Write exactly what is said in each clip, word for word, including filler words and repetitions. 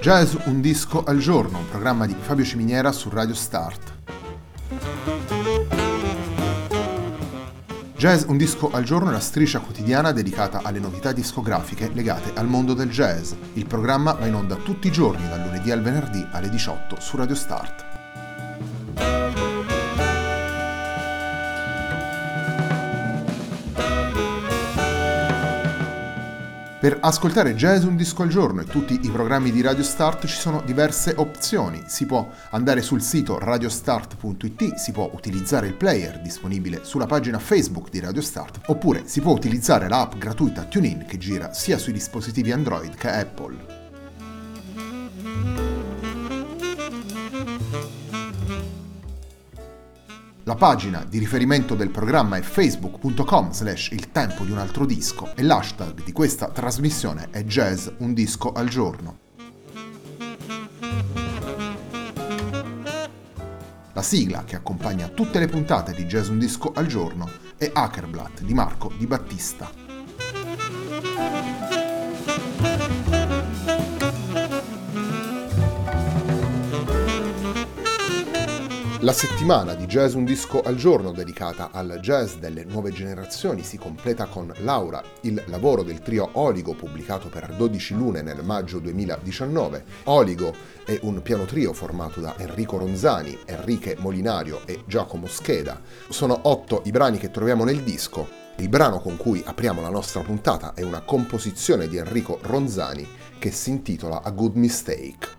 Jazz un disco al giorno, un programma di Fabio Ciminiera su Radio Start. Jazz un disco al giorno è la striscia quotidiana dedicata alle novità discografiche legate al mondo del jazz. Il programma va in onda tutti i giorni, dal lunedì al venerdì alle diciotto su Radio Start. Per ascoltare Jazz un disco al giorno e tutti i programmi di Radio Start ci sono diverse opzioni. Si può andare sul sito radiostart punto it, si può utilizzare il player disponibile sulla pagina Facebook di Radio Start, oppure si può utilizzare l'app gratuita TuneIn che gira sia sui dispositivi Android che Apple. La pagina di riferimento del programma è facebook punto com slash il tempo di un altro disco e l'hashtag di questa trasmissione è Jazz un disco al giorno. La sigla che accompagna tutte le puntate di Jazz un disco al giorno è Hackerblatt di Marco Di Battista. La settimana di Jazz un disco al giorno dedicata al jazz delle nuove generazioni si completa con Laura, il lavoro del trio Oligo pubblicato per dodici lune nel maggio duemiladiciannove. Oligo è un piano trio formato da Enrico Ronzani, Enrique Molinario e Giacomo Scheda. Sono otto i brani che troviamo nel disco. Il brano con cui apriamo la nostra puntata è una composizione di Enrico Ronzani che si intitola A Good Mistake.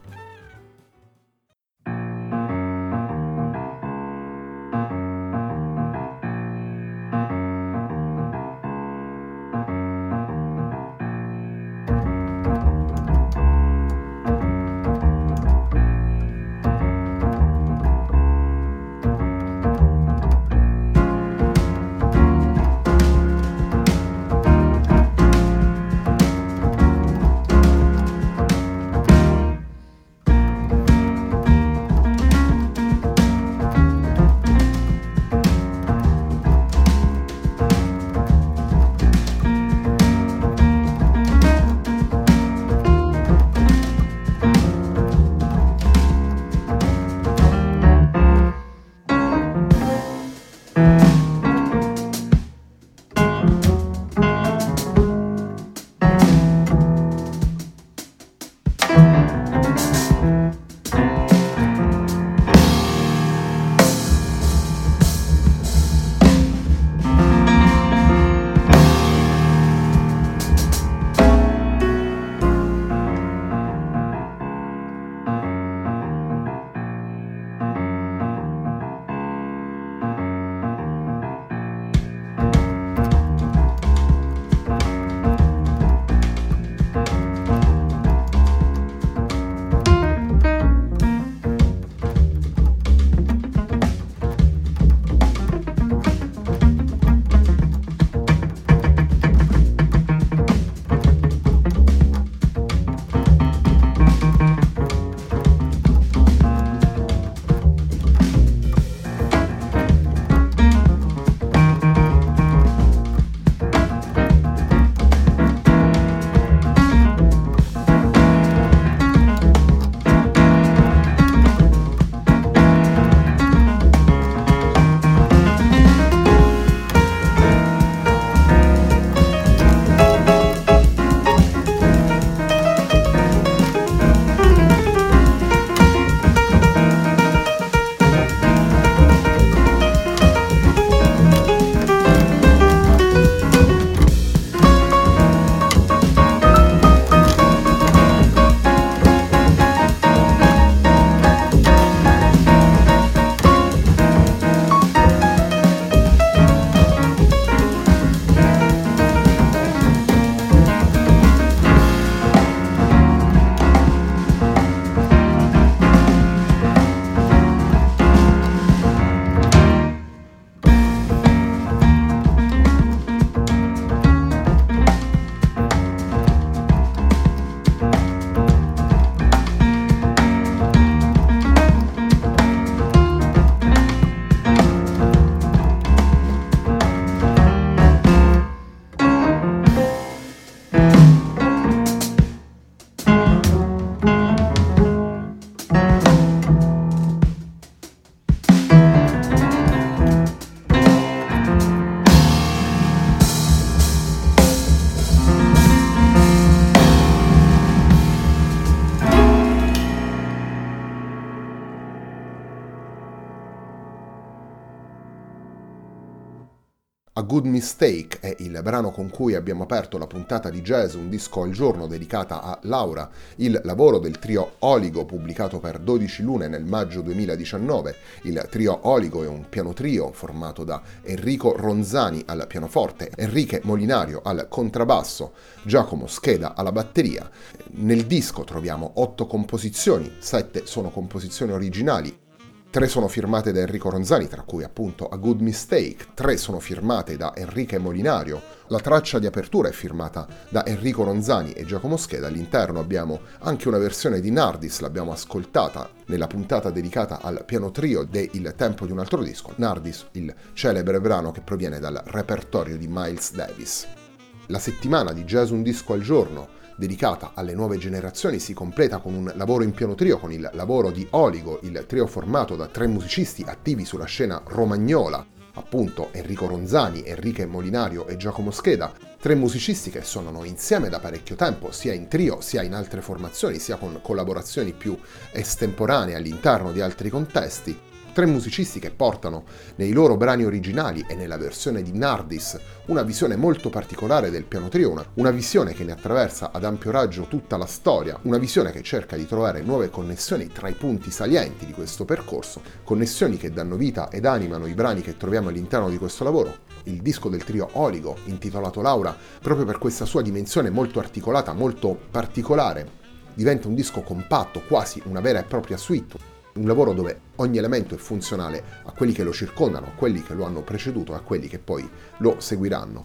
Good Mistake è il brano con cui abbiamo aperto la puntata di Jazz Un Disco al Giorno dedicata a Laura, il lavoro del trio Oligo pubblicato per dodici lune nel maggio duemiladiciannove. Il trio Oligo è un piano trio formato da Enrico Ronzani al pianoforte, Enrique Molinario al contrabbasso, Giacomo Scheda alla batteria. Nel disco troviamo otto composizioni, sette sono composizioni originali. Tre sono firmate da Enrico Ronzani, tra cui appunto A Good Mistake, tre sono firmate da Enrique Molinario, la traccia di apertura è firmata da Enrico Ronzani e Giacomo Scheda, all'interno abbiamo anche una versione di Nardis, l'abbiamo ascoltata nella puntata dedicata al piano trio de Il tempo di un altro disco, Nardis, il celebre brano che proviene dal repertorio di Miles Davis. La settimana di Jazz Un Disco al Giorno dedicata alle nuove generazioni si completa con un lavoro in piano trio, con il lavoro di Oligo, il trio formato da tre musicisti attivi sulla scena romagnola, appunto Enrico Ronzani, Enrique Molinario e Giacomo Scheda, tre musicisti che suonano insieme da parecchio tempo, sia in trio, sia in altre formazioni, sia con collaborazioni più estemporanee all'interno di altri contesti. Tre musicisti che portano nei loro brani originali e nella versione di Nardis una visione molto particolare del piano trio, una, una visione che ne attraversa ad ampio raggio tutta la storia, una visione che cerca di trovare nuove connessioni tra i punti salienti di questo percorso, connessioni che danno vita ed animano i brani che troviamo all'interno di questo lavoro. Il disco del trio Oligo, intitolato Laura, proprio per questa sua dimensione molto articolata, molto particolare, diventa un disco compatto, quasi una vera e propria suite. Un lavoro dove ogni elemento è funzionale a quelli che lo circondano, a quelli che lo hanno preceduto e a quelli che poi lo seguiranno.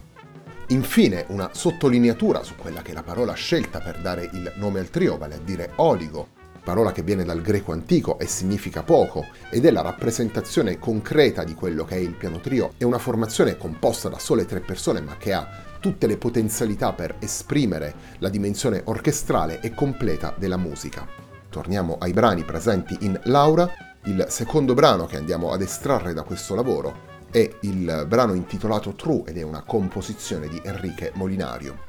Infine una sottolineatura su quella che è la parola scelta per dare il nome al trio, vale a dire oligo, parola che viene dal greco antico e significa poco, ed è la rappresentazione concreta di quello che è il piano trio. È una formazione composta da sole tre persone ma che ha tutte le potenzialità per esprimere la dimensione orchestrale e completa della musica. Torniamo ai brani presenti in Laura. Il secondo brano che andiamo ad estrarre da questo lavoro è il brano intitolato True ed è una composizione di Enrique Molinario.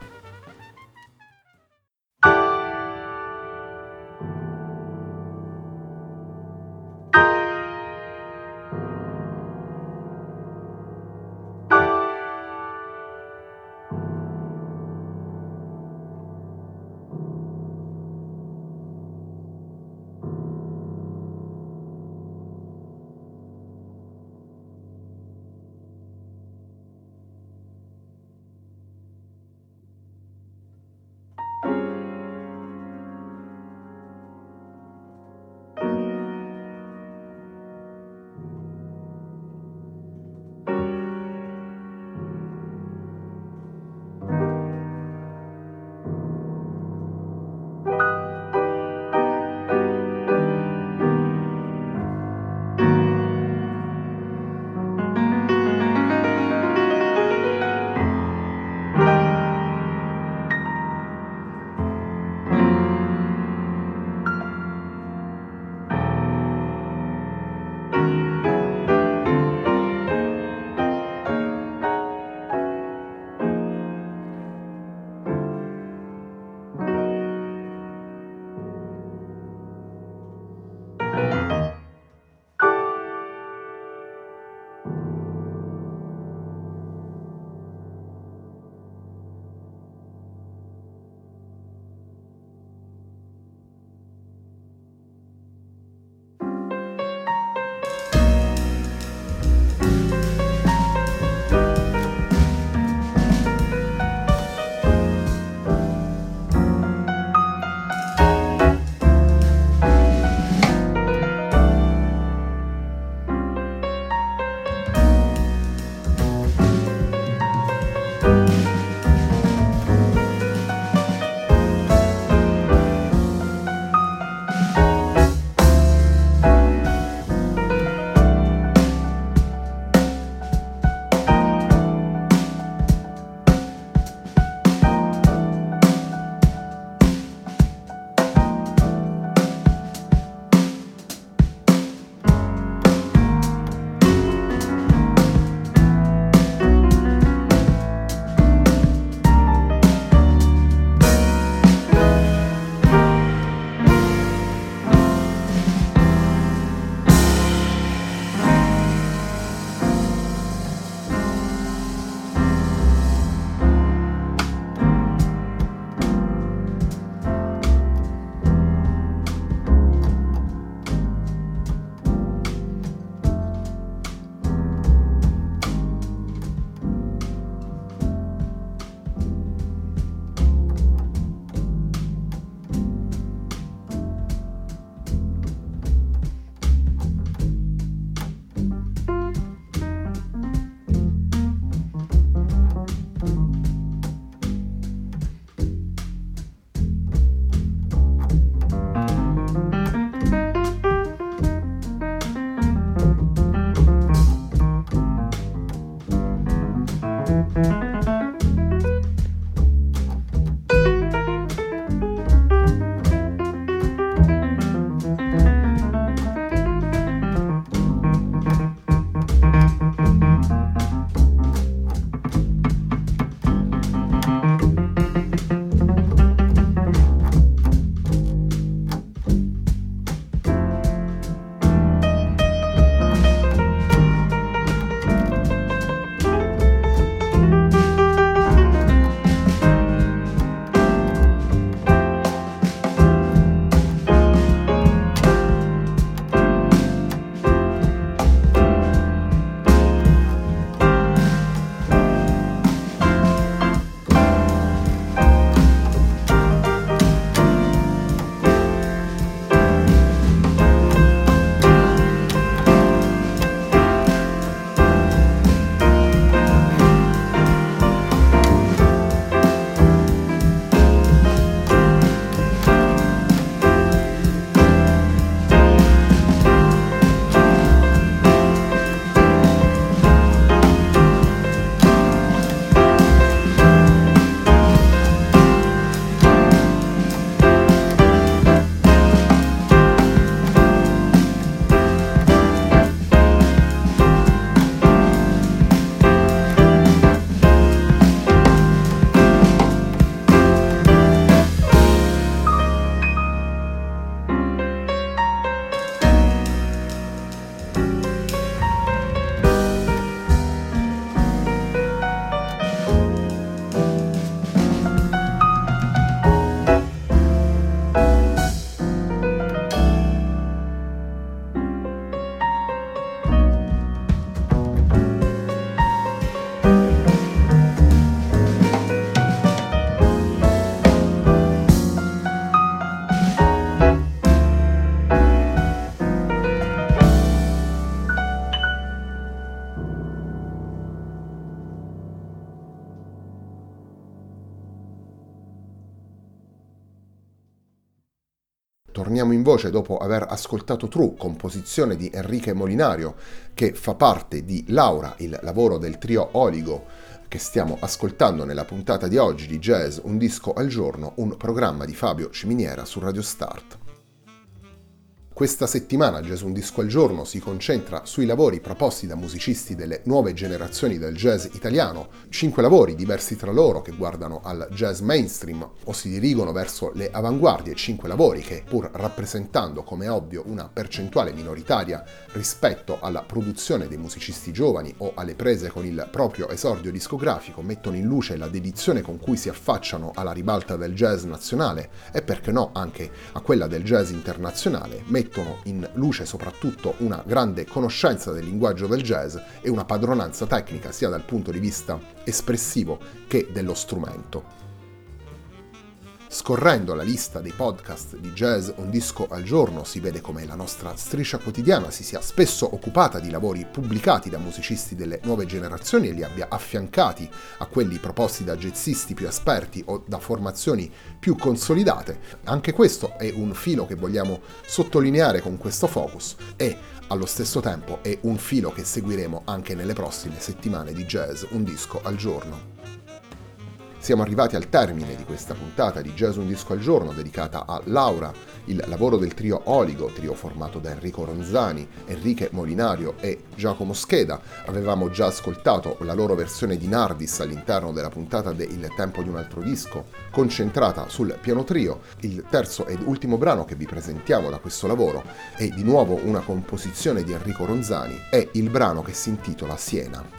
torniamo in voce dopo aver ascoltato True, composizione di Enrique Molinario, che fa parte di Laura, il lavoro del trio Oligo che stiamo ascoltando nella puntata di oggi di Jazz Un Disco al Giorno, un programma di Fabio Ciminiera su Radio Start. Questa settimana Jazz Un Disco al Giorno si concentra sui lavori proposti da musicisti delle nuove generazioni del jazz italiano, cinque lavori diversi tra loro che guardano al jazz mainstream o si dirigono verso le avanguardie, cinque lavori che, pur rappresentando come ovvio una percentuale minoritaria rispetto alla produzione dei musicisti giovani o alle prese con il proprio esordio discografico, mettono in luce la dedizione con cui si affacciano alla ribalta del jazz nazionale e, perché no, anche a quella del jazz internazionale, mettono in luce soprattutto una grande conoscenza del linguaggio del jazz e una padronanza tecnica sia dal punto di vista espressivo che dello strumento. Scorrendo la lista dei podcast di Jazz Un Disco al Giorno si vede come la nostra striscia quotidiana si sia spesso occupata di lavori pubblicati da musicisti delle nuove generazioni e li abbia affiancati a quelli proposti da jazzisti più esperti o da formazioni più consolidate. Anche questo è un filo che vogliamo sottolineare con questo focus e allo stesso tempo è un filo che seguiremo anche nelle prossime settimane di Jazz Un Disco al Giorno. Siamo arrivati al termine di questa puntata di Jazz Un Disco al Giorno dedicata a Laura, il lavoro del trio Oligo, trio formato da Enrico Ronzani, Enrique Molinario e Giacomo Scheda. Avevamo già ascoltato la loro versione di Nardis all'interno della puntata de Il tempo di un altro disco, concentrata sul piano trio. Il terzo ed ultimo brano che vi presentiamo da questo lavoro è di nuovo una composizione di Enrico Ronzani, è il brano che si intitola Siena.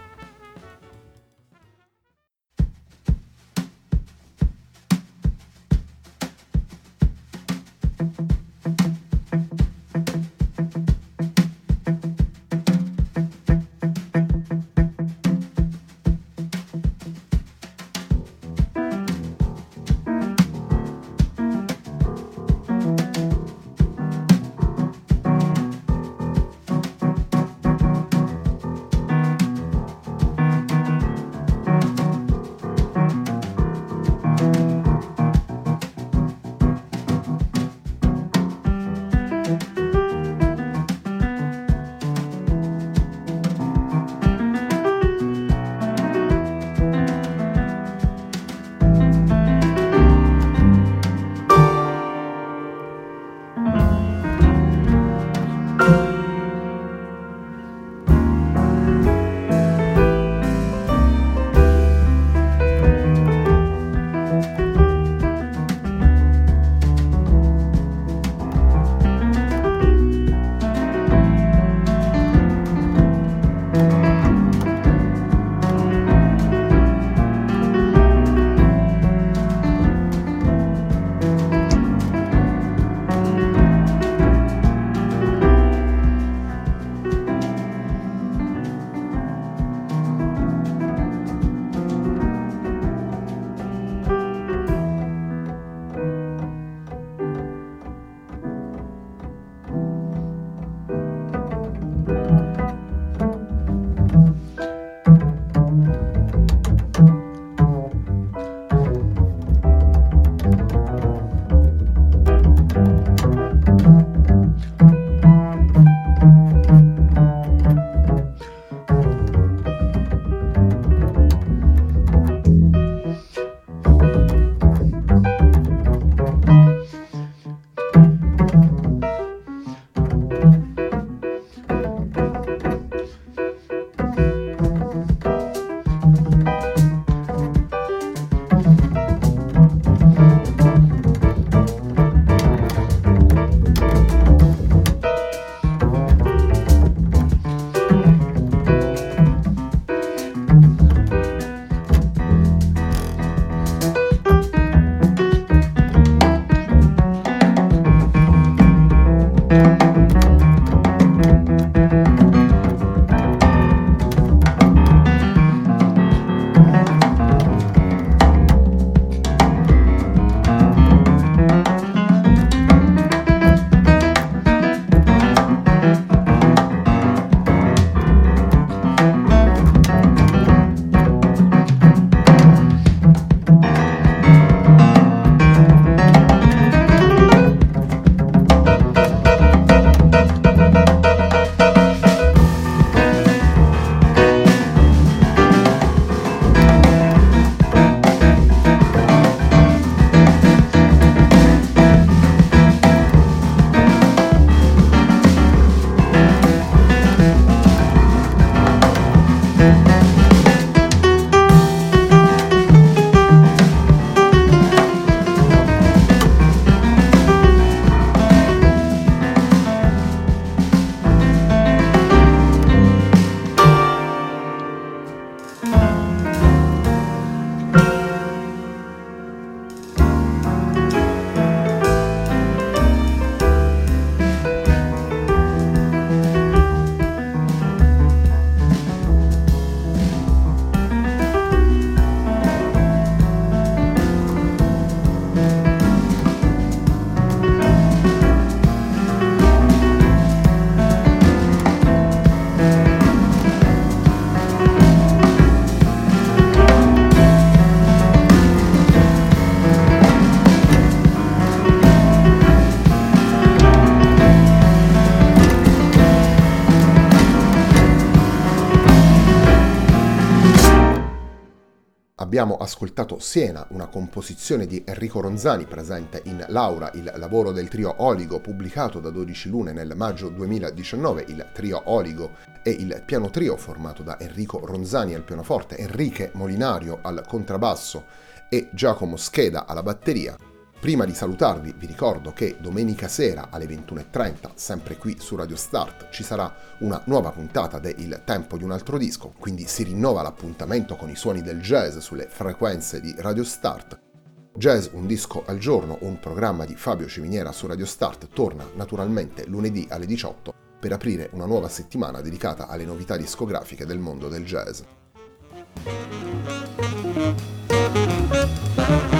Abbiamo ascoltato Siena, una composizione di Enrico Ronzani presente in Laura, il lavoro del trio Oligo pubblicato da dodici Lune nel maggio duemiladiciannove. Il trio Oligo è il piano trio formato da Enrico Ronzani al pianoforte, Enrique Molinario al contrabbasso e Giacomo Scheda alla batteria. Prima di salutarvi vi ricordo che domenica sera alle ventuno e trenta, sempre qui su Radio Start, ci sarà una nuova puntata de Il tempo di un altro disco, quindi si rinnova l'appuntamento con i suoni del jazz sulle frequenze di Radio Start. Jazz un disco al giorno, un programma di Fabio Ciminiera su Radio Start, torna naturalmente lunedì alle diciotto per aprire una nuova settimana dedicata alle novità discografiche del mondo del jazz.